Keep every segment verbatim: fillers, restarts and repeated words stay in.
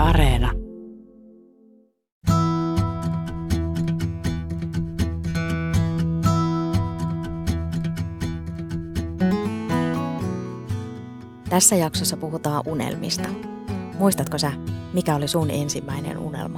Areena. Tässä jaksossa puhutaan unelmista. Muistatko sä, mikä oli sun ensimmäinen unelma?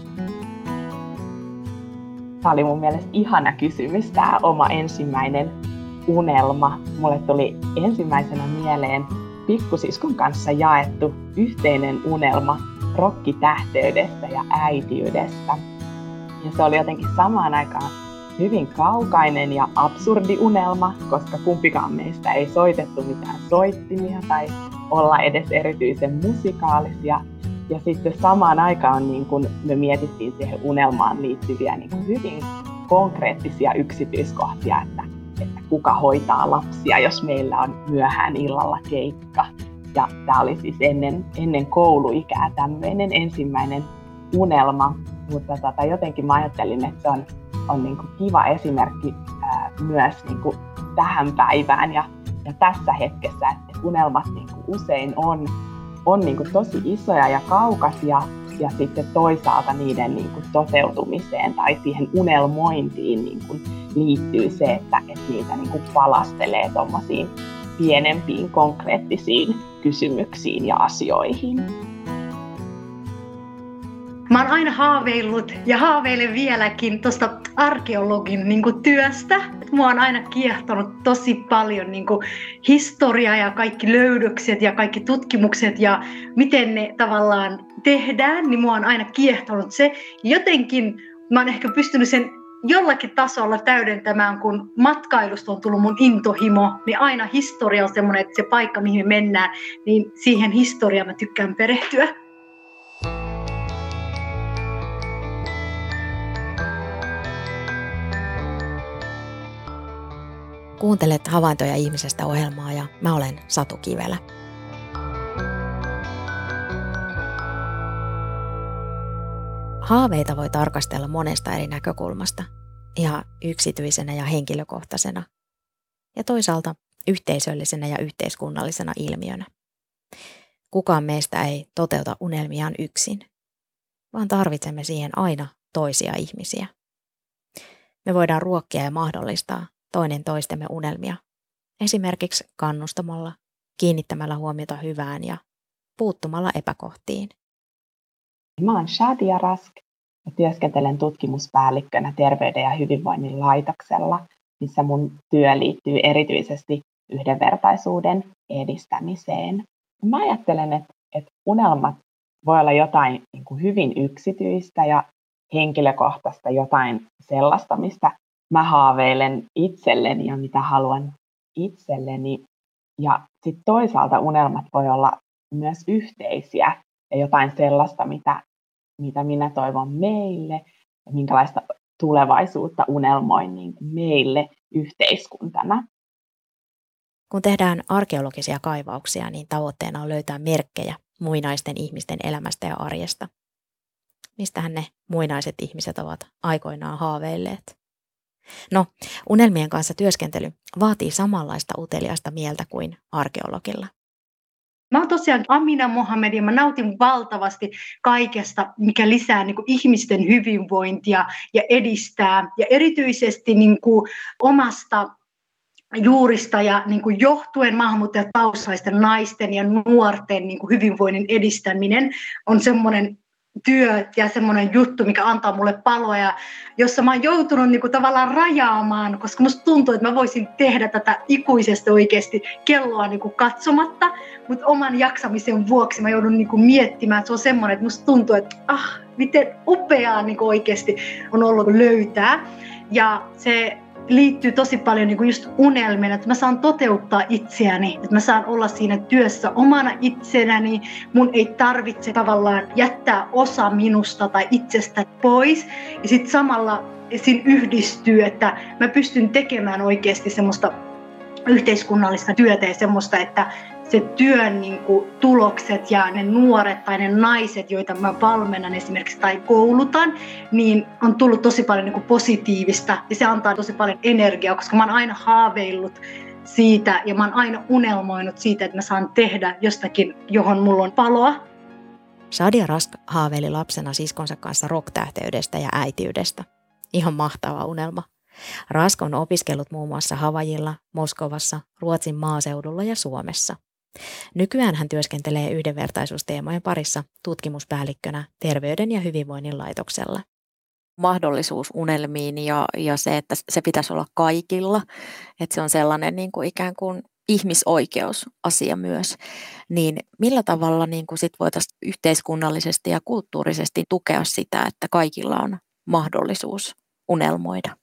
Tämä oli mun mielestä ihana kysymys, tämä oma ensimmäinen unelma. Mulle tuli ensimmäisenä mieleen pikkusiskon kanssa jaettu yhteinen unelma rokkitähteydestä ja äitiydestä. Ja se oli jotenkin samaan aikaan hyvin kaukainen ja absurdi unelma, koska kumpikaan meistä ei soitettu mitään soittimia tai olla edes erityisen musikaalisia. Ja sitten samaan aikaan niin kun me mietittiin siihen unelmaan liittyviä niin kun hyvin konkreettisia yksityiskohtia, että, että kuka hoitaa lapsia, jos meillä on myöhään illalla keikka. Ja tämä oli siis ennen, ennen kouluikää tämmöinen ensimmäinen unelma, mutta tota, jotenkin mä ajattelin, että se on, on niin kuin kiva esimerkki ää, myös niin kuin tähän päivään ja, ja tässä hetkessä, että unelmat niin kuin usein on, on niin kuin tosi isoja ja kaukaisia ja sitten toisaalta niiden niin kuin toteutumiseen tai siihen unelmointiin niin kuin liittyy se, että, että niitä niin kuin palastelee tuommoisiin pienempiin konkreettisiin kysymyksiin ja asioihin. Mä oon aina haaveillut ja haaveilen vieläkin tuosta arkeologin niin kuin työstä. Mua on aina kiehtonut tosi paljon niin kuin historia ja kaikki löydökset ja kaikki tutkimukset ja miten ne tavallaan tehdään, niin mua on aina kiehtonut se. Jotenkin mä oon ehkä pystynyt sen jollakin tasolla täydentämään, kun matkailusta on tullut mun intohimo, niin aina historia on semmoinen, että se paikka, mihin me mennään, niin siihen historiaan mä tykkään perehtyä. Kuuntelet Havaintoja ihmisestä -ohjelmaa ja mä olen Satu Kivelä. Haaveita voi tarkastella monesta eri näkökulmasta, ihan yksityisenä ja henkilökohtaisena, ja toisaalta yhteisöllisenä ja yhteiskunnallisena ilmiönä. Kukaan meistä ei toteuta unelmiaan yksin, vaan tarvitsemme siihen aina toisia ihmisiä. Me voidaan ruokkia ja mahdollistaa toinen toistemme unelmia, esimerkiksi kannustamalla, kiinnittämällä huomiota hyvään ja puuttumalla epäkohtiin. Mä olen Shadia Rask ja työskentelen tutkimuspäällikkönä Terveyden ja hyvinvoinnin laitoksella, missä mun työ liittyy erityisesti yhdenvertaisuuden edistämiseen. Mä ajattelen, että, että unelmat voi olla jotain niin kuin hyvin yksityistä ja henkilökohtaista, jotain sellaista, mistä mä haaveilen itselleni ja mitä haluan itselleni. Ja sitten toisaalta unelmat voi olla myös yhteisiä ja jotain sellaista, mitä, mitä minä toivon meille ja minkälaista tulevaisuutta unelmoin niin meille yhteiskuntana. Kun tehdään arkeologisia kaivauksia, niin tavoitteena on löytää merkkejä muinaisten ihmisten elämästä ja arjesta. Mistähän ne muinaiset ihmiset ovat aikoinaan haaveilleet? No, unelmien kanssa työskentely vaatii samanlaista uteliaista mieltä kuin arkeologilla. Mä oon tosiaan Amina Mohamed ja mä nautin valtavasti kaikesta, mikä lisää niin kuin ihmisten hyvinvointia ja edistää. Ja erityisesti niin kuin omasta juurista ja niin kuin johtuen maahanmuuttajataustaisten naisten ja nuorten niin kuin hyvinvoinnin edistäminen on semmoinen työ ja semmoinen juttu, mikä antaa mulle paloa ja jossa mä oon joutunut niinku tavallaan rajaamaan, koska musta tuntuu, että mä voisin tehdä tätä ikuisesti oikeasti kelloa niinku katsomatta, mutta oman jaksamisen vuoksi mä joudun niinku miettimään, että se on semmoinen, että musta tuntuu, että ah, miten upeaa niinku oikeasti on ollut löytää ja se liittyy tosi paljon niin kuin just unelmiin, että mä saan toteuttaa itseäni, että mä saan olla siinä työssä omana itsenäni, mun ei tarvitse tavallaan jättää osa minusta tai itsestä pois ja sitten samalla siinä yhdistyy, että mä pystyn tekemään oikeasti semmoista yhteiskunnallista työtä ja semmoista, että se työn niin kuin, tulokset ja ne nuoret tai ne naiset, joita mä valmennan esimerkiksi tai koulutan, niin on tullut tosi paljon niin kuin, positiivista ja se antaa tosi paljon energiaa, koska mä oon aina haaveillut siitä ja mä oon aina unelmoinut siitä, että mä saan tehdä jostakin, johon mulla on paloa. Shadia Rask haaveili lapsena siskonsa kanssa rock-tähteydestä ja äitiydestä. Ihan mahtava unelma. Rask on opiskellut muun muassa Havajilla, Moskovassa, Ruotsin maaseudulla ja Suomessa. Nykyään hän työskentelee yhdenvertaisuusteemojen parissa tutkimuspäällikkönä Terveyden ja hyvinvoinnin laitoksella. Mahdollisuus unelmiin ja, ja se, että se pitäisi olla kaikilla, että se on sellainen niin kuin ikään kuin ihmisoikeusasia myös, niin millä tavalla niin kuin sit voitaisiin yhteiskunnallisesti ja kulttuurisesti tukea sitä, että kaikilla on mahdollisuus unelmoida?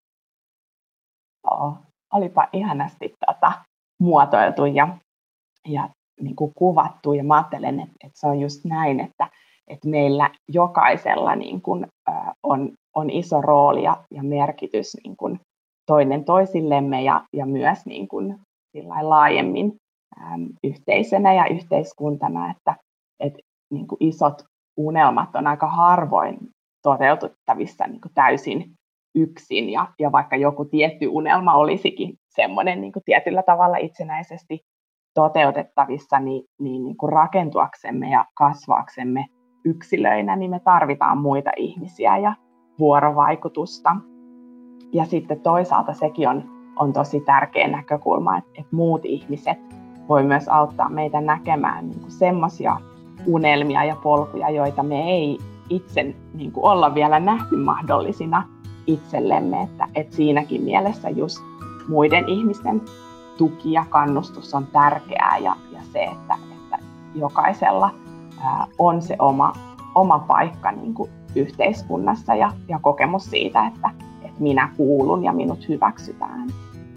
Joo, olipa ihanasti tota, muotoiltu ja, ja niin kuin kuvattu, ja mä ajattelen, että, että se on just näin, että, että meillä jokaisella niin kuin, äh, on, on iso rooli ja, ja merkitys niin kuin toinen toisillemme ja, ja myös niin kuin laajemmin äm, yhteisönä ja yhteiskuntana, että et, niin kuin isot unelmat on aika harvoin toteutettavissa niin kuin täysin yksin, ja, ja vaikka joku tietty unelma olisikin semmoinen niin kuin tietyllä tavalla itsenäisesti toteutettavissa, niin, niin, niin kuin rakentuaksemme ja kasvaaksemme yksilöinä, niin me tarvitaan muita ihmisiä ja vuorovaikutusta. Ja sitten toisaalta sekin on on tosi tärkeä näkökulma, että, että muut ihmiset voi myös auttaa meitä näkemään niin kuin semmoisia unelmia ja polkuja, joita me ei itse niin kuin olla vielä nähty mahdollisina itsellemme, että, että siinäkin mielessä just muiden ihmisten tuki ja kannustus on tärkeää, ja, ja se, että, että jokaisella ää, on se oma, oma paikka niin kuin yhteiskunnassa ja, ja kokemus siitä, että, että minä kuulun ja minut hyväksytään.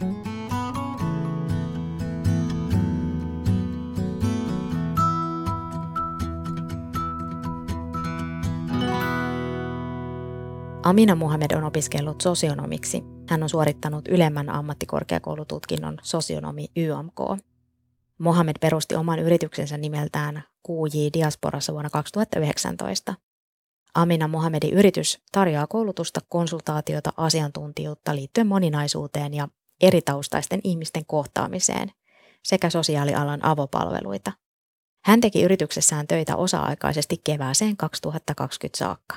Amina Mohamed on opiskellut sosionomiksi. Hän on suorittanut ylemmän ammattikorkeakoulututkinnon sosionomi Y M K. Mohamed perusti oman yrityksensä nimeltään Q J Diasporassa vuonna kaksituhattayhdeksäntoista. Amina Mohamedin yritys tarjoaa koulutusta, konsultaatiota, asiantuntijuutta liittyen moninaisuuteen ja eri taustaisten ihmisten kohtaamiseen sekä sosiaalialan avopalveluita. Hän teki yrityksessään töitä osa-aikaisesti kevääseen kaksituhattakaksikymmentä saakka.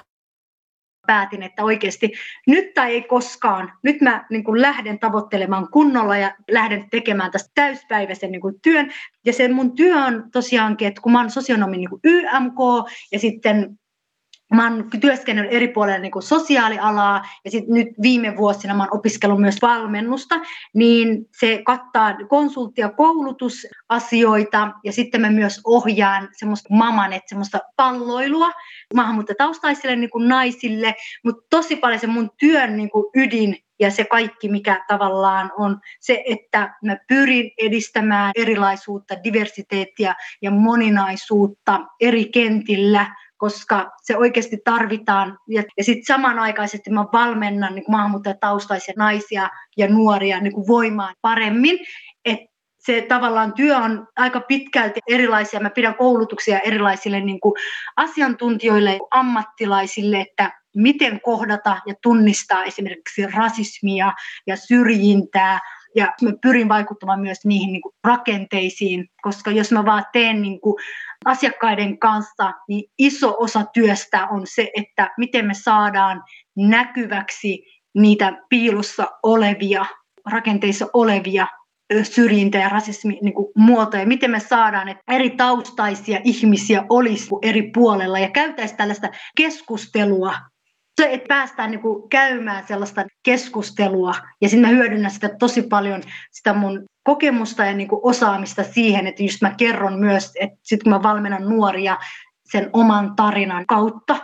Päätin, että oikeasti nyt tai ei koskaan. Nyt mä niin kuin lähden tavoittelemaan kunnolla ja lähden tekemään tästä täyspäiväisen niin kuin työn. Ja se mun työ on tosiaankin, että kun mä oon sosionomi niin kuin Y M K ja sitten mä oon työskennellyt eri puolilla niin kuin sosiaalialaa ja sitten nyt viime vuosina mä oon opiskellut myös valmennusta, niin se kattaa konsultti- ja koulutusasioita ja sitten mä myös ohjaan semmoista mamanet, semmoista palloilua maahanmuuttajataustaisille niin kuin naisille, mutta tosi paljon se mun työn niin kuin ydin ja se kaikki, mikä tavallaan on se, että mä pyrin edistämään erilaisuutta, diversiteettiä ja moninaisuutta eri kentillä, koska se oikeasti tarvitaan. Ja, ja sitten samanaikaisesti mä valmennan niin maahanmuuttajataustaisia naisia ja nuoria niin kuin voimaan paremmin. Et se tavallaan työ on aika pitkälti erilaisia. Mä pidän koulutuksia erilaisille niin kuin asiantuntijoille, ammattilaisille, että miten kohdata ja tunnistaa esimerkiksi rasismia ja syrjintää. Ja mä pyrin vaikuttamaan myös niihin niin kuin rakenteisiin, koska jos mä vaan teen niin kuin asiakkaiden kanssa, niin iso osa työstä on se, että miten me saadaan näkyväksi niitä piilossa olevia, rakenteissa olevia syrjintä- ja rasismin niin kuin muotoja. Miten me saadaan, että eri taustaisia ihmisiä olisi eri puolella ja käytäisiin tällaista keskustelua. Se, että päästään niin kuin käymään sellaista keskustelua ja sitten mä hyödynnän sitä tosi paljon, sitä mun kokemusta ja niin kuin osaamista siihen, että just mä kerron myös, että sitten kun mä valmennan nuoria sen oman tarinan kautta.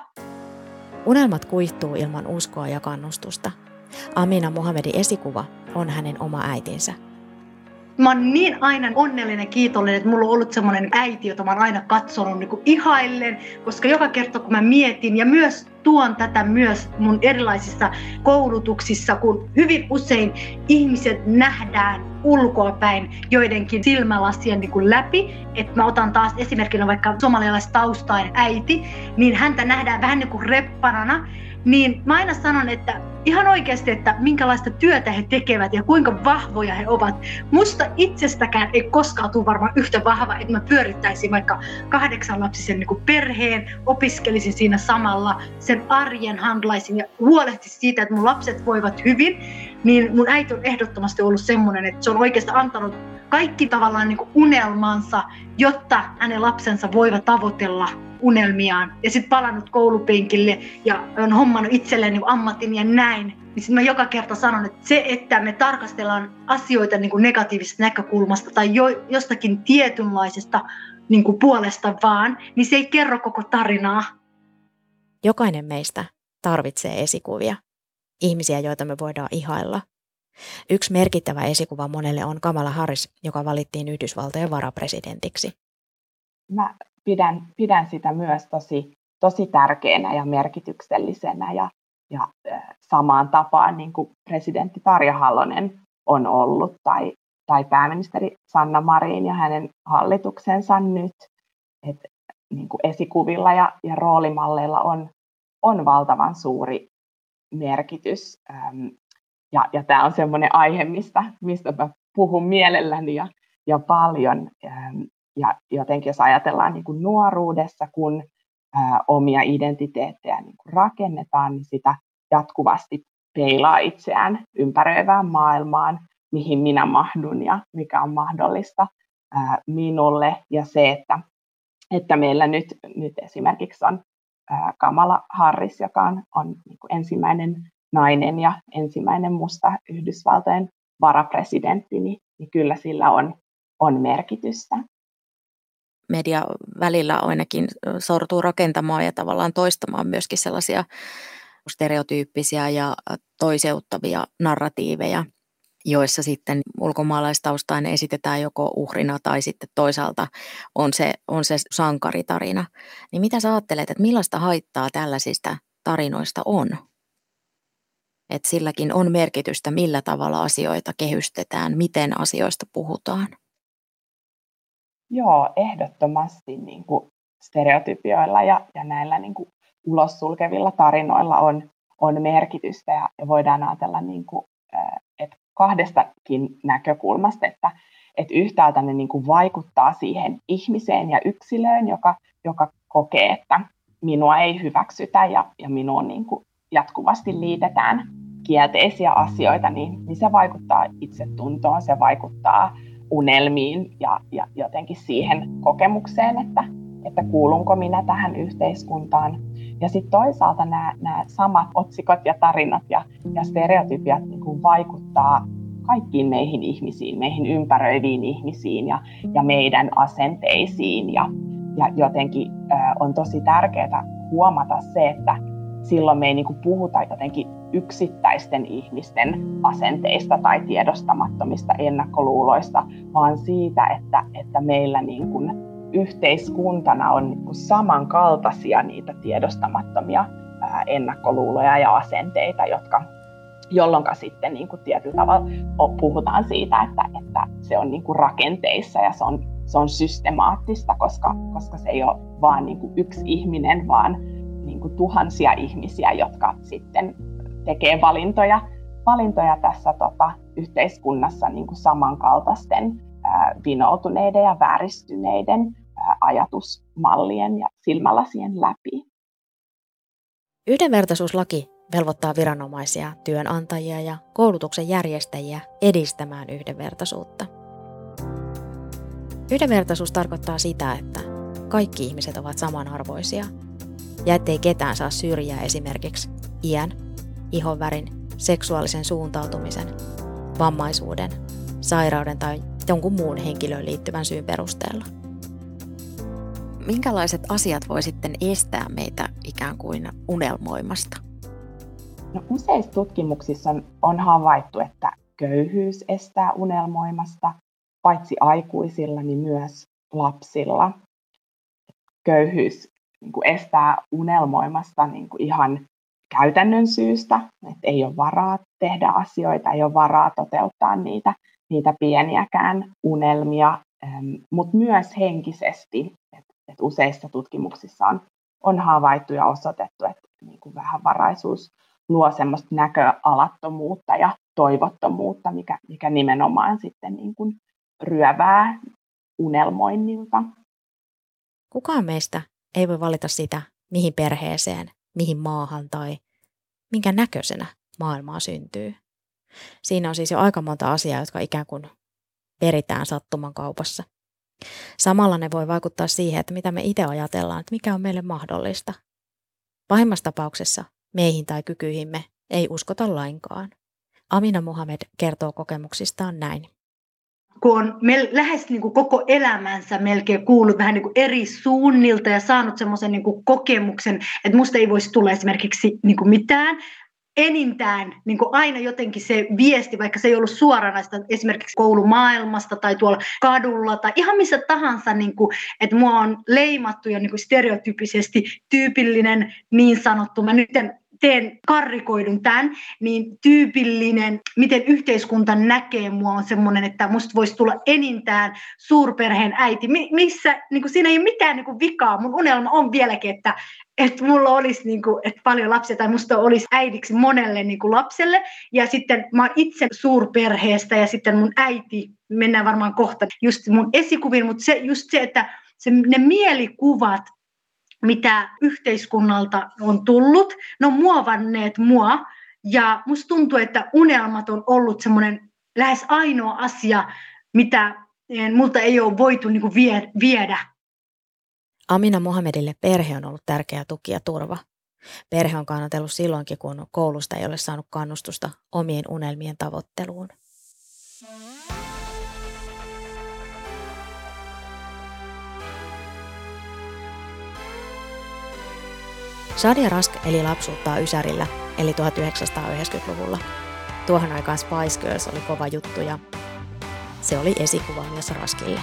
Unelmat kuihtuu ilman uskoa ja kannustusta. Amina Mohamedin esikuva on hänen oma äitinsä. Mä oon niin aina onnellinen ja kiitollinen, että mulla on ollut semmoinen äiti, jota mä oon aina katsonut niin kuin ihaillen, koska joka kerta kun mä mietin ja myös tuon tätä myös mun erilaisissa koulutuksissa, kun hyvin usein ihmiset nähdään ulkoapäin joidenkin silmälasien niin kuin läpi, että mä otan taas esimerkkinä vaikka somalialaistaustainen äiti, niin häntä nähdään vähän niin kuin reppanana, niin mä aina sanon, että ihan oikeasti, että minkälaista työtä he tekevät ja kuinka vahvoja he ovat. Musta itsestäkään ei koskaan tule varmaan yhtä vahva, että mä pyörittäisin vaikka kahdeksanlapsisen niin kuin perheen, opiskelisin siinä samalla, sen arjen handlaisin ja huolehtisin siitä, että mun lapset voivat hyvin. Niin mun äiti on ehdottomasti ollut semmoinen, että se on oikeastaan antanut kaikki tavallaan niin kuin unelmansa, jotta hänen lapsensa voivat tavoitella unelmiaan. Ja sitten palannut koulupenkille ja on hommannut itselleen niin ammatin ja näin. Niin sitten mä joka kerta sanon, että se, että me tarkastellaan asioita niin kuin negatiivisesta näkökulmasta tai jo, jostakin tietynlaisesta niin kuin puolesta vaan, niin se ei kerro koko tarinaa. Jokainen meistä tarvitsee esikuvia. Ihmisiä, joita me voidaan ihailla. Yksi merkittävä esikuva monelle on Kamala Harris, joka valittiin Yhdysvaltojen varapresidentiksi. Mä pidän, pidän sitä myös tosi, tosi tärkeänä ja merkityksellisenä ja, ja samaan tapaan niin kuin presidentti Tarja Halonen on ollut tai, tai pääministeri Sanna Marin ja hänen hallituksensa nyt. Et, niin kuin esikuvilla ja, ja roolimalleilla on, on valtavan suuri merkitys. Ja, ja tämä on semmoinen aihe, mistä, mistä mä puhun mielelläni ja, ja paljon. Ja jotenkin jos ajatellaan niin kuin nuoruudessa, kun ää, omia identiteettejä niin kuin rakennetaan, niin sitä jatkuvasti peilaa itseään ympäröivään maailmaan, mihin minä mahdun ja mikä on mahdollista ää, minulle. Ja se, että, että meillä nyt, nyt esimerkiksi on ää, Kamala Harris, joka on, on niin kuin ensimmäinen nainen ja ensimmäinen musta Yhdysvaltojen varapresidentti, niin, niin kyllä sillä on, on merkitystä. Media välillä ainakin sortuu rakentamaan ja tavallaan toistamaan myöskin sellaisia stereotyyppisiä ja toiseuttavia narratiiveja, joissa sitten ulkomaalaistaustainen esitetään joko uhrina tai sitten toisaalta on se, on se sankaritarina. Niin mitä sä ajattelet, että millaista haittaa tällaisista tarinoista on? Että silläkin on merkitystä, millä tavalla asioita kehystetään, miten asioista puhutaan. Joo, ehdottomasti niin kuin stereotypioilla ja, ja näillä niin kuin ulos sulkevilla tarinoilla on, on merkitystä ja, ja voidaan ajatella niin kuin, että kahdestakin näkökulmasta, että, että yhtäältä ne niin kuin vaikuttaa siihen ihmiseen ja yksilöön, joka, joka kokee, että minua ei hyväksytä ja, ja minuun niin kuin jatkuvasti liitetään kielteisiä asioita, niin, niin se vaikuttaa itsetuntoon, se vaikuttaa unelmiin ja, ja jotenkin siihen kokemukseen, että, että kuulunko minä tähän yhteiskuntaan. Ja sitten toisaalta nämä, nämä samat otsikot ja tarinat ja, ja stereotypiat niin kuin vaikuttaa kaikkiin meihin ihmisiin, meihin ympäröiviin ihmisiin ja, ja meidän asenteisiin. Ja, ja jotenkin äh, on tosi tärkeää huomata se, että silloin me ei niin kuin puhuta jotenkin yksittäisten ihmisten asenteista tai tiedostamattomista ennakkoluuloista, vaan siitä, että, että meillä niin kuin yhteiskuntana on niin kuin samankaltaisia niitä tiedostamattomia ää, ennakkoluuloja ja asenteita, jotka, jolloin sitten niin kuin tietyllä tavalla puhutaan siitä, että, että se on niin kuin rakenteissa ja se on, se on systemaattista, koska, koska se ei ole vaan niin kuin yksi ihminen, vaan niin kuin tuhansia ihmisiä, jotka sitten tekee valintoja, valintoja tässä tota, yhteiskunnassa niin kuin samankaltaisten ää, vinoutuneiden ja vääristyneiden ää, ajatusmallien ja silmälasien läpi. Yhdenvertaisuuslaki velvoittaa viranomaisia, työnantajia ja koulutuksen järjestäjiä edistämään yhdenvertaisuutta. Yhdenvertaisuus tarkoittaa sitä, että kaikki ihmiset ovat samanarvoisia ja ettei ketään saa syrjää esimerkiksi iän, ihonvärin, seksuaalisen suuntautumisen, vammaisuuden, sairauden tai jonkun muun henkilöön liittyvän syyn perusteella. Minkälaiset asiat voi sitten estää meitä ikään kuin unelmoimasta? No, useissa tutkimuksissa on, on havaittu, että köyhyys estää unelmoimasta, paitsi aikuisilla, niin myös lapsilla. Köyhyys niin kuin estää unelmoimasta niin kuin ihan käytännön syystä, että ei ole varaa tehdä asioita, ei ole varaa toteuttaa niitä, niitä pieniäkään unelmia, mutta myös henkisesti. Että et useissa tutkimuksissa on, on havaittu ja osoitettu, että niin kuin vähävaraisuus luo semmoista näköalattomuutta ja toivottomuutta, mikä, mikä nimenomaan sitten niin kuin ryövää unelmoinnilta. Kukaan meistä ei voi valita sitä, mihin perheeseen, mihin maahan tai minkä näköisenä maailmaa syntyy. Siinä on siis jo aika monta asiaa, jotka ikään kuin peritään sattuman kaupassa. Samalla ne voi vaikuttaa siihen, että mitä me itse ajatellaan, että mikä on meille mahdollista. Pahimmassa tapauksessa meihin tai kykyihimme ei uskota lainkaan. Amina Mohamed kertoo kokemuksistaan näin. Kun on mel- lähes niin kuin koko elämänsä melkein kuullut vähän niin kuin eri suunnilta ja saanut semmoisen niin kuin kokemuksen, että musta ei voisi tulla esimerkiksi niin kuin mitään. Enintään niin kuin aina jotenkin se viesti, vaikka se ei ollut suoranaista esimerkiksi koulumaailmasta tai tuolla kadulla tai ihan missä tahansa, niin kuin, että mua on leimattu ja niin kuin stereotypisesti tyypillinen niin sanottu, mä nyt teen karrikoidun tämän, niin tyypillinen, miten yhteiskunta näkee mua on semmoinen, että musta voisi tulla enintään suurperheen äiti, missä niin kuin, siinä ei ole mitään niin kuin vikaa. Mun unelma on vieläkin, että että mulla olisi niin kuin, että paljon lapsia tai musta olisi äidiksi monelle niin kuin lapselle. Ja sitten mä oon itse suurperheestä ja sitten mun äiti, mennään varmaan kohta just mun esikuviin, mutta se, just se, että se, ne mielikuvat, mitä yhteiskunnalta on tullut, ne on muovanneet mua. Ja musta tuntuu, että unelmat on ollut semmoinen lähes ainoa asia, mitä multa ei ole voitu niin kuin viedä. Amina Mohamedille perhe on ollut tärkeä tuki ja turva. Perhe on kannatellut silloinkin, kun koulusta ei ole saanut kannustusta omien unelmien tavoitteluun. Shadia Rusk eli lapsuuttaa Ysärillä, eli tuhatyhdeksänsataayhdeksänkymmentäluvulla. Tuohon aikaan Spice Girls oli kova juttu ja se oli esikuva myös Ruskille.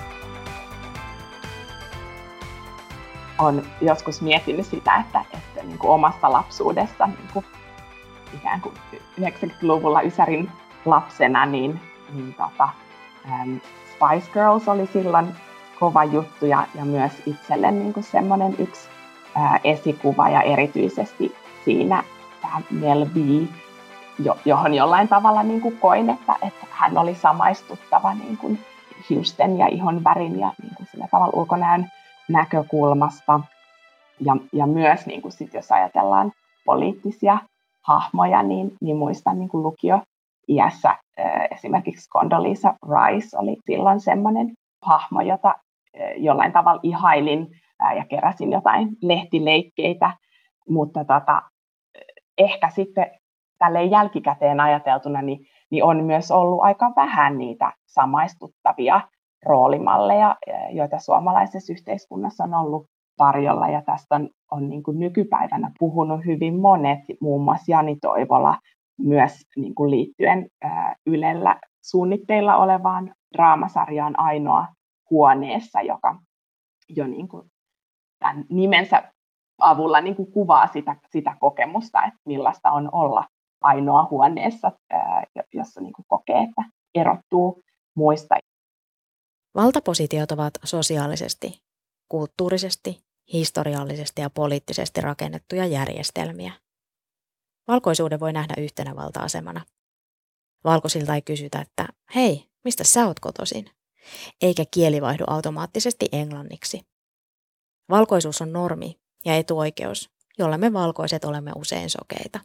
Olen joskus miettinyt sitä, että, että niin kuin omassa lapsuudessa niin kuin ikään kuin yhdeksänkymmentäluvulla Ysärin lapsena, niin, niin tota, um, Spice Girls oli silloin kova juttu ja, ja myös itselle niin kuin semmoinen yksi ää, esikuva ja erityisesti siinä tämä Mel B, jo, johon jollain tavalla niin kuin koin, että, että hän oli samaistuttava niin kuin hiusten ja ihon värin ja niin kuin sillä tavalla ulkonäön näkökulmasta. Ja, ja myös, niin kuin sit, jos ajatellaan poliittisia hahmoja, niin, niin muistan niin kuin lukio-iässä äh, esimerkiksi Condoleezza Rice oli silloin semmoinen hahmo, jota äh, jollain tavalla ihailin äh, ja keräsin jotain lehtileikkeitä, mutta tota, ehkä sitten tälleen jälkikäteen ajateltuna, niin, niin on myös ollut aika vähän niitä samaistuttavia roolimalleja, joita suomalaisessa yhteiskunnassa on ollut tarjolla. Ja tästä on, on niin kuin nykypäivänä puhunut hyvin monet, muun muassa Jani Toivola, myös niin kuin liittyen ää, Ylellä suunnitteilla olevaan draamasarjaan Ainoa huoneessa, joka jo niin kuin tämän nimensä avulla niin kuin kuvaa sitä, sitä kokemusta, että millaista on olla ainoa huoneessa, ää, jossa niin kuin kokee, että erottuu muista. Valtapositiot ovat sosiaalisesti, kulttuurisesti, historiallisesti ja poliittisesti rakennettuja järjestelmiä. Valkoisuuden voi nähdä yhtenä valta-asemana. Valkoisilta ei kysytä, että hei, mistä sä oot kotoisin? Eikä kieli vaihdu automaattisesti englanniksi. Valkoisuus on normi ja etuoikeus, jolla me valkoiset olemme usein sokeita.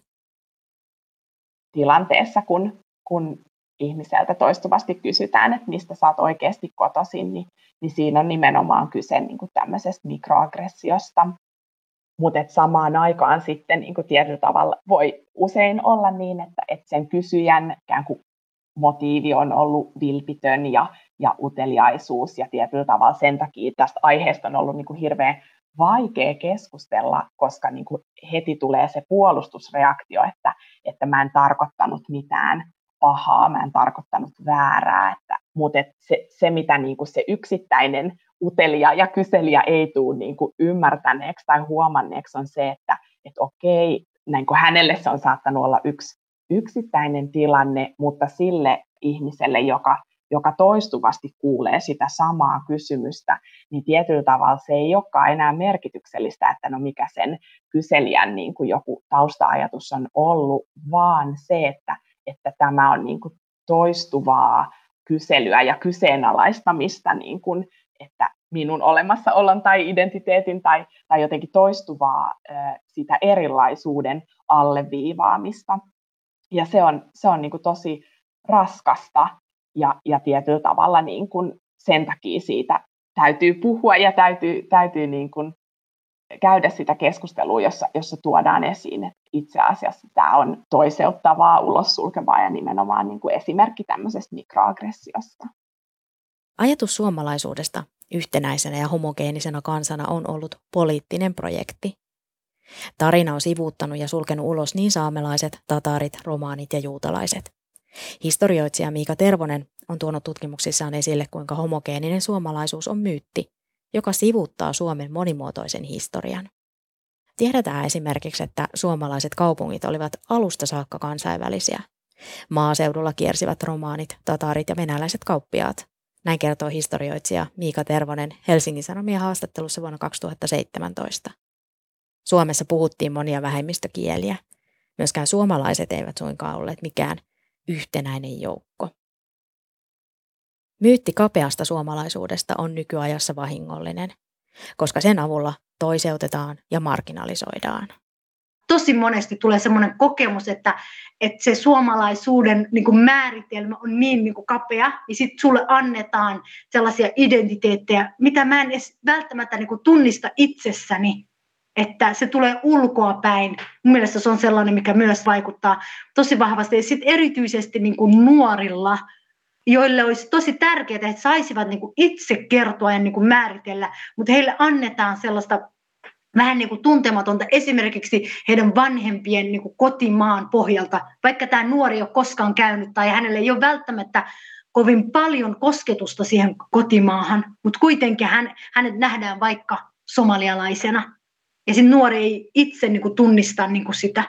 Tilanteessa, kun, kun ihmiseltä toistuvasti kysytään, että mistä sä oot oikeasti kotoisin, niin, niin siinä on nimenomaan kyse niin kuin tämmöisestä mikroaggressiosta. Mutta samaan aikaan sitten niin kuin tietyllä tavalla voi usein olla niin, että, että sen kysyjän ikään kuin motiivi on ollut vilpitön ja, ja uteliaisuus, ja tietyllä tavalla sen takia tästä aiheesta on ollut niin kuin hirveän vaikea keskustella, koska niin kuin heti tulee se puolustusreaktio, että, että mä en tarkoittanut mitään pahaa, mä en tarkoittanut väärää, että, mutta et se, se, mitä niin kuin se yksittäinen utelija ja kyselijä ei tule niin kuin ymmärtäneeksi tai huomanneeksi, on se, että et okei, näin kuin hänelle se on saattanut olla yksi yksittäinen tilanne, mutta sille ihmiselle, joka joka toistuvasti kuulee sitä samaa kysymystä, niin tietyllä tavalla se ei olekaan enää merkityksellistä, että no mikä sen kyselijän niin kuin joku tausta-ajatus on ollut, vaan se, että, että tämä on niin kuin toistuvaa kyselyä ja kyseenalaistamista, niin kuin, että minun olemassaolon tai identiteetin tai, tai jotenkin toistuvaa äh, sitä erilaisuuden alleviivaamista. Ja se on, se on niin kuin tosi raskasta ja, ja tietyllä tavalla niin kuin sen takia siitä täytyy puhua ja täytyy, täytyy niin kuin käydä sitä keskustelua, jossa, jossa tuodaan esiin, että itse asiassa tämä on toiseuttavaa, ulossulkevaa ja nimenomaan niin kuin esimerkki tämmöisestä mikroaggressiosta. Ajatus suomalaisuudesta yhtenäisenä ja homogeenisena kansana on ollut poliittinen projekti. Tarina on sivuuttanut ja sulkenut ulos niin saamelaiset, tataarit, romaanit ja juutalaiset. Historioitsija Miika Tervonen on tuonut tutkimuksissaan esille, kuinka homogeeninen suomalaisuus on myytti, joka sivuuttaa Suomen monimuotoisen historian. Tiedetään esimerkiksi, että suomalaiset kaupungit olivat alusta saakka kansainvälisiä. Maaseudulla kiersivät romaanit, tataarit ja venäläiset kauppiaat. Näin kertoo historioitsija Miika Tervonen Helsingin Sanomien haastattelussa vuonna kaksituhattaseitsemäntoista. Suomessa puhuttiin monia vähemmistökieliä. Myöskään suomalaiset eivät suinkaan olleet mikään yhtenäinen joukko. Myytti kapeasta suomalaisuudesta on nykyajassa vahingollinen, koska sen avulla toiseutetaan ja marginalisoidaan. Tosi monesti tulee semmoinen kokemus, että, että se suomalaisuuden niin kuin määritelmä on niin, niin kuin kapea, ja sitten sulle annetaan sellaisia identiteettejä, mitä mä en edes välttämättä niin kuin tunnista itsessäni, että se tulee ulkoa päin. Mun mielestä se on sellainen, mikä myös vaikuttaa tosi vahvasti. Ja sitten erityisesti niin kuin nuorilla, joille olisi tosi tärkeää, että he saisivat niin kuin itse kertoa ja niin kuin määritellä, mutta heille annetaan sellaista vähän niin kuin tuntematonta esimerkiksi heidän vanhempien niin kuin kotimaan pohjalta, vaikka tämä nuori ei ole koskaan käynyt tai hänellä ei ole välttämättä kovin paljon kosketusta siihen kotimaahan, mutta kuitenkin hän, hänet nähdään vaikka somalialaisena. Ja sitten nuori ei itse niin kuin tunnista niin kuin sitä.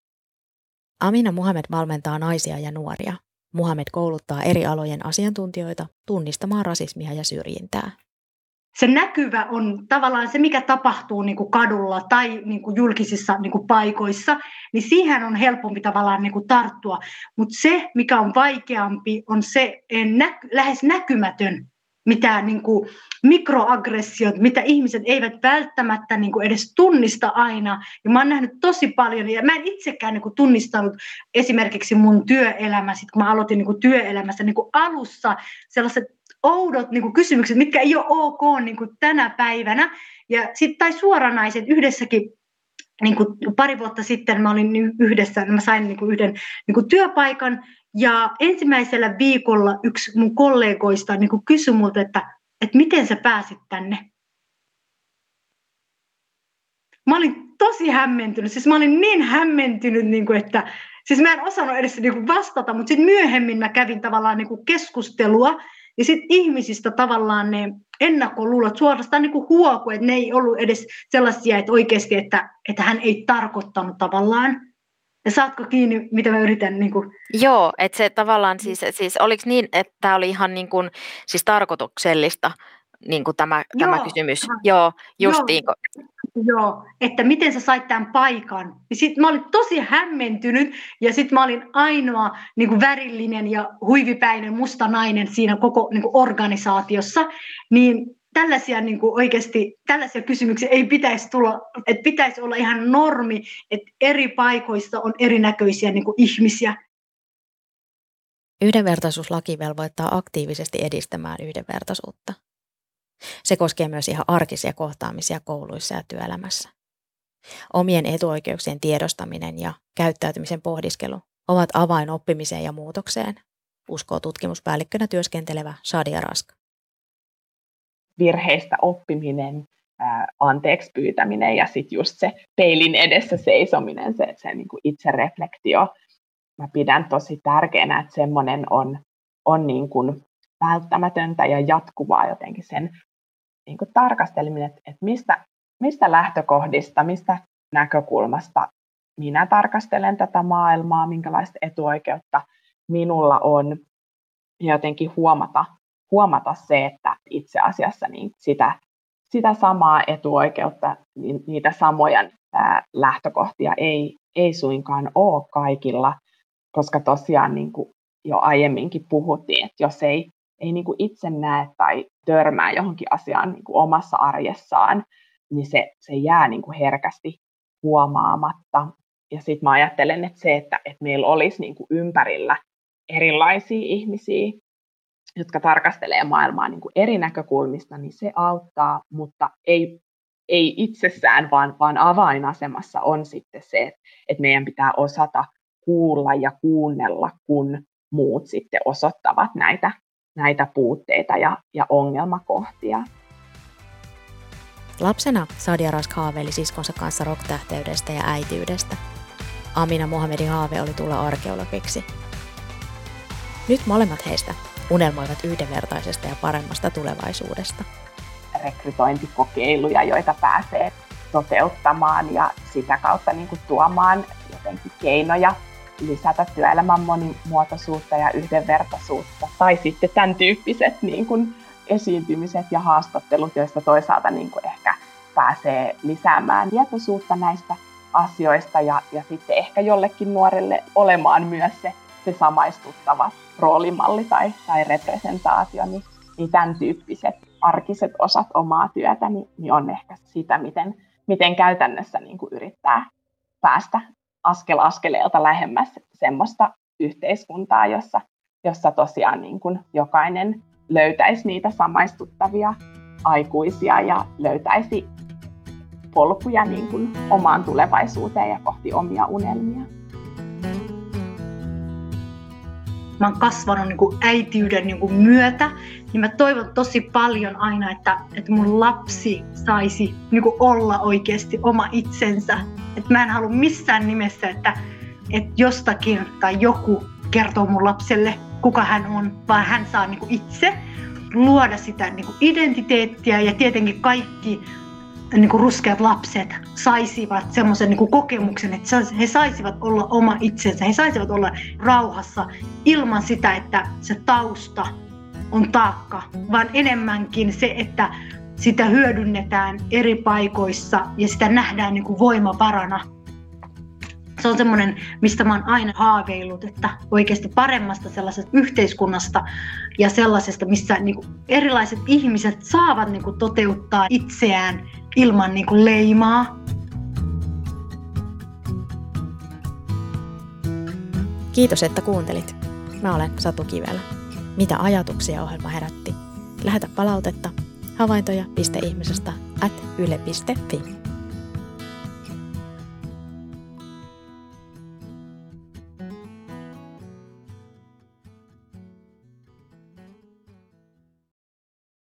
Amina Muhammad valmentaa naisia ja nuoria. Muhammad kouluttaa eri alojen asiantuntijoita tunnistamaan rasismia ja syrjintää. Se näkyvä on tavallaan se, mikä tapahtuu niin kuin kadulla tai niin kuin julkisissa niin kuin paikoissa, niin siihen on helpompi tavallaan niin kuin tarttua. Mutta se, mikä on vaikeampi, on se nä- lähes näkymätön, mitä niin kuin mikroaggressiot, mitä ihmiset eivät välttämättä niin kuin edes tunnista aina. Ja mä oon nähnyt tosi paljon, ja mä en itsekään niin kuin tunnistanut esimerkiksi mun työelämässä, kun mä aloitin niin kuin työelämässä niin kuin alussa sellaiset oudot niin kuin kysymykset, mitkä ei ole ok niin kuin tänä päivänä. Ja sitten tai suoranaiset yhdessäkin, niin kuin pari vuotta sitten mä olin yhdessä, mä sain niin kuin yhden niin kuin työpaikan, ja ensimmäisellä viikolla yksi mun kollegoista niin kuin kysyi multa, että, että miten sä pääsit tänne. Mä olin tosi hämmentynyt, siis mä olin niin hämmentynyt, niin kuin, että siis mä en osannut edes niin kuin vastata, mutta sitten myöhemmin mä kävin tavallaan niin kuin keskustelua, ja sitten ihmisistä tavallaan ne ennakkoluulot suorastaan niin kuin huoku, että ne ei ollut edes sellaisia, että oikeasti, että, että hän ei tarkoittanut tavallaan. Ja saatko kiinni, mitä mä yritän? Niin kuin... Joo, että se tavallaan siis, siis oliko niin, että tämä oli ihan niin kuin, siis tarkoituksellista niin kuin tämä, tämä kysymys? Joo, justiin. Joo. Joo, että miten sä sait tämän paikan. Sitten mä olin tosi hämmentynyt ja sitten mä olin ainoa niin kuin värillinen ja huivipäinen musta nainen siinä koko niin kuin organisaatiossa. Niin tällaisia niin kuin oikeasti, tällaisia kysymyksiä ei pitäisi tulla, että pitäisi olla ihan normi, että eri paikoissa on erinäköisiä niin kuin ihmisiä. Yhdenvertaisuuslaki velvoittaa aktiivisesti edistämään yhdenvertaisuutta. Se koskee myös ihan arkisia kohtaamisia kouluissa ja työelämässä. Omien etuoikeuksien tiedostaminen ja käyttäytymisen pohdiskelu ovat avain oppimiseen ja muutokseen, uskoo tutkimuspäällikkönä työskentelevä Shadia Rask. Virheistä oppiminen, ää, anteeksi pyytäminen ja sitten just se peilin edessä seisominen, se, se niin kuin itsereflektio. Mä pidän tosi tärkeänä, että semmoinen on, on niin kuin välttämätöntä ja jatkuvaa jotenkin sen niin kuin tarkasteleminen, että, että mistä, mistä lähtökohdista, mistä näkökulmasta minä tarkastelen tätä maailmaa, minkälaista etuoikeutta minulla on. ja jotenkin huomata, huomata se, että itse asiassa niin sitä, sitä samaa etuoikeutta, niitä samoja ää, lähtökohtia ei, ei suinkaan ole kaikilla, koska tosiaan niin kuin jo aiemminkin puhuttiin, että jos ei, ei niin kuin itse näe tai törmää johonkin asiaan niin kuin omassa arjessaan, niin se, se jää niin kuin herkästi huomaamatta. Ja sitten mä ajattelen, että se, että, että meillä olisi niin kuin ympärillä erilaisia ihmisiä, jotka tarkastelee maailmaa niin kuin eri näkökulmista, niin se auttaa, mutta ei, ei itsessään, vaan, vaan avainasemassa on sitten se, että meidän pitää osata kuulla ja kuunnella, kun muut sitten osoittavat näitä, näitä puutteita ja, ja ongelmakohtia. Lapsena Sadia Rask haaveili siskonsa kanssa rock-tähteydestä ja äitiydestä. Amina Mohamedin haave oli tulla arkeologiksi. Nyt molemmat heistä unelmoivat yhdenvertaisesta ja paremmasta tulevaisuudesta. Rekrytointikokeiluja, joita pääsee toteuttamaan ja sitä kautta niin kuin tuomaan jotenkin keinoja lisätä työelämän monimuotoisuutta ja yhdenvertaisuutta. Tai sitten tämän tyyppiset niin kuin esiintymiset ja haastattelut, joista toisaalta niin kuin ehkä pääsee lisäämään tietoisuutta näistä asioista ja, ja sitten ehkä jollekin nuorelle olemaan myös se, se samaistuttava roolimalli tai, tai representaatio, niin, niin tämän tyyppiset arkiset osat omaa työtä niin, niin on ehkä sitä, miten, miten käytännössä niin kuin yrittää päästä askel askeleelta lähemmäs semmoista yhteiskuntaa, jossa, jossa tosiaan niin kuin jokainen löytäisi niitä samaistuttavia aikuisia ja löytäisi polkuja niin kuin omaan tulevaisuuteen ja kohti omia unelmia. Mä oon kasvanut niin kuin äitiyden niin kuin myötä, niin mä toivon tosi paljon aina, että, että mun lapsi saisi niin kuin olla oikeasti oma itsensä. Että mä en halua missään nimessä, että, että jostakin tai joku kertoo mun lapselle, kuka hän on, vaan hän saa niin kuin itse luoda sitä niin kuin identiteettiä ja tietenkin kaikki niin kuin ruskeat lapset saisivat semmoisen niin kuin kokemuksen, että he saisivat olla oma itsensä, he saisivat olla rauhassa ilman sitä, että se tausta on taakka, vaan enemmänkin se, että sitä hyödynnetään eri paikoissa ja sitä nähdään niin kuin voimavarana. Se on semmoinen, mistä mä oon aina haaveillut, että oikeasti paremmasta sellaisesta yhteiskunnasta ja sellaisesta, missä niin kuin erilaiset ihmiset saavat niin kuin toteuttaa itseään ilman niin kuin leimaa. Kiitos, että kuuntelit. Mä olen Satu Kivelä. Mitä ajatuksia ohjelma herätti? Lähetä palautetta havaintoja piste ihmisestä at yle piste fi.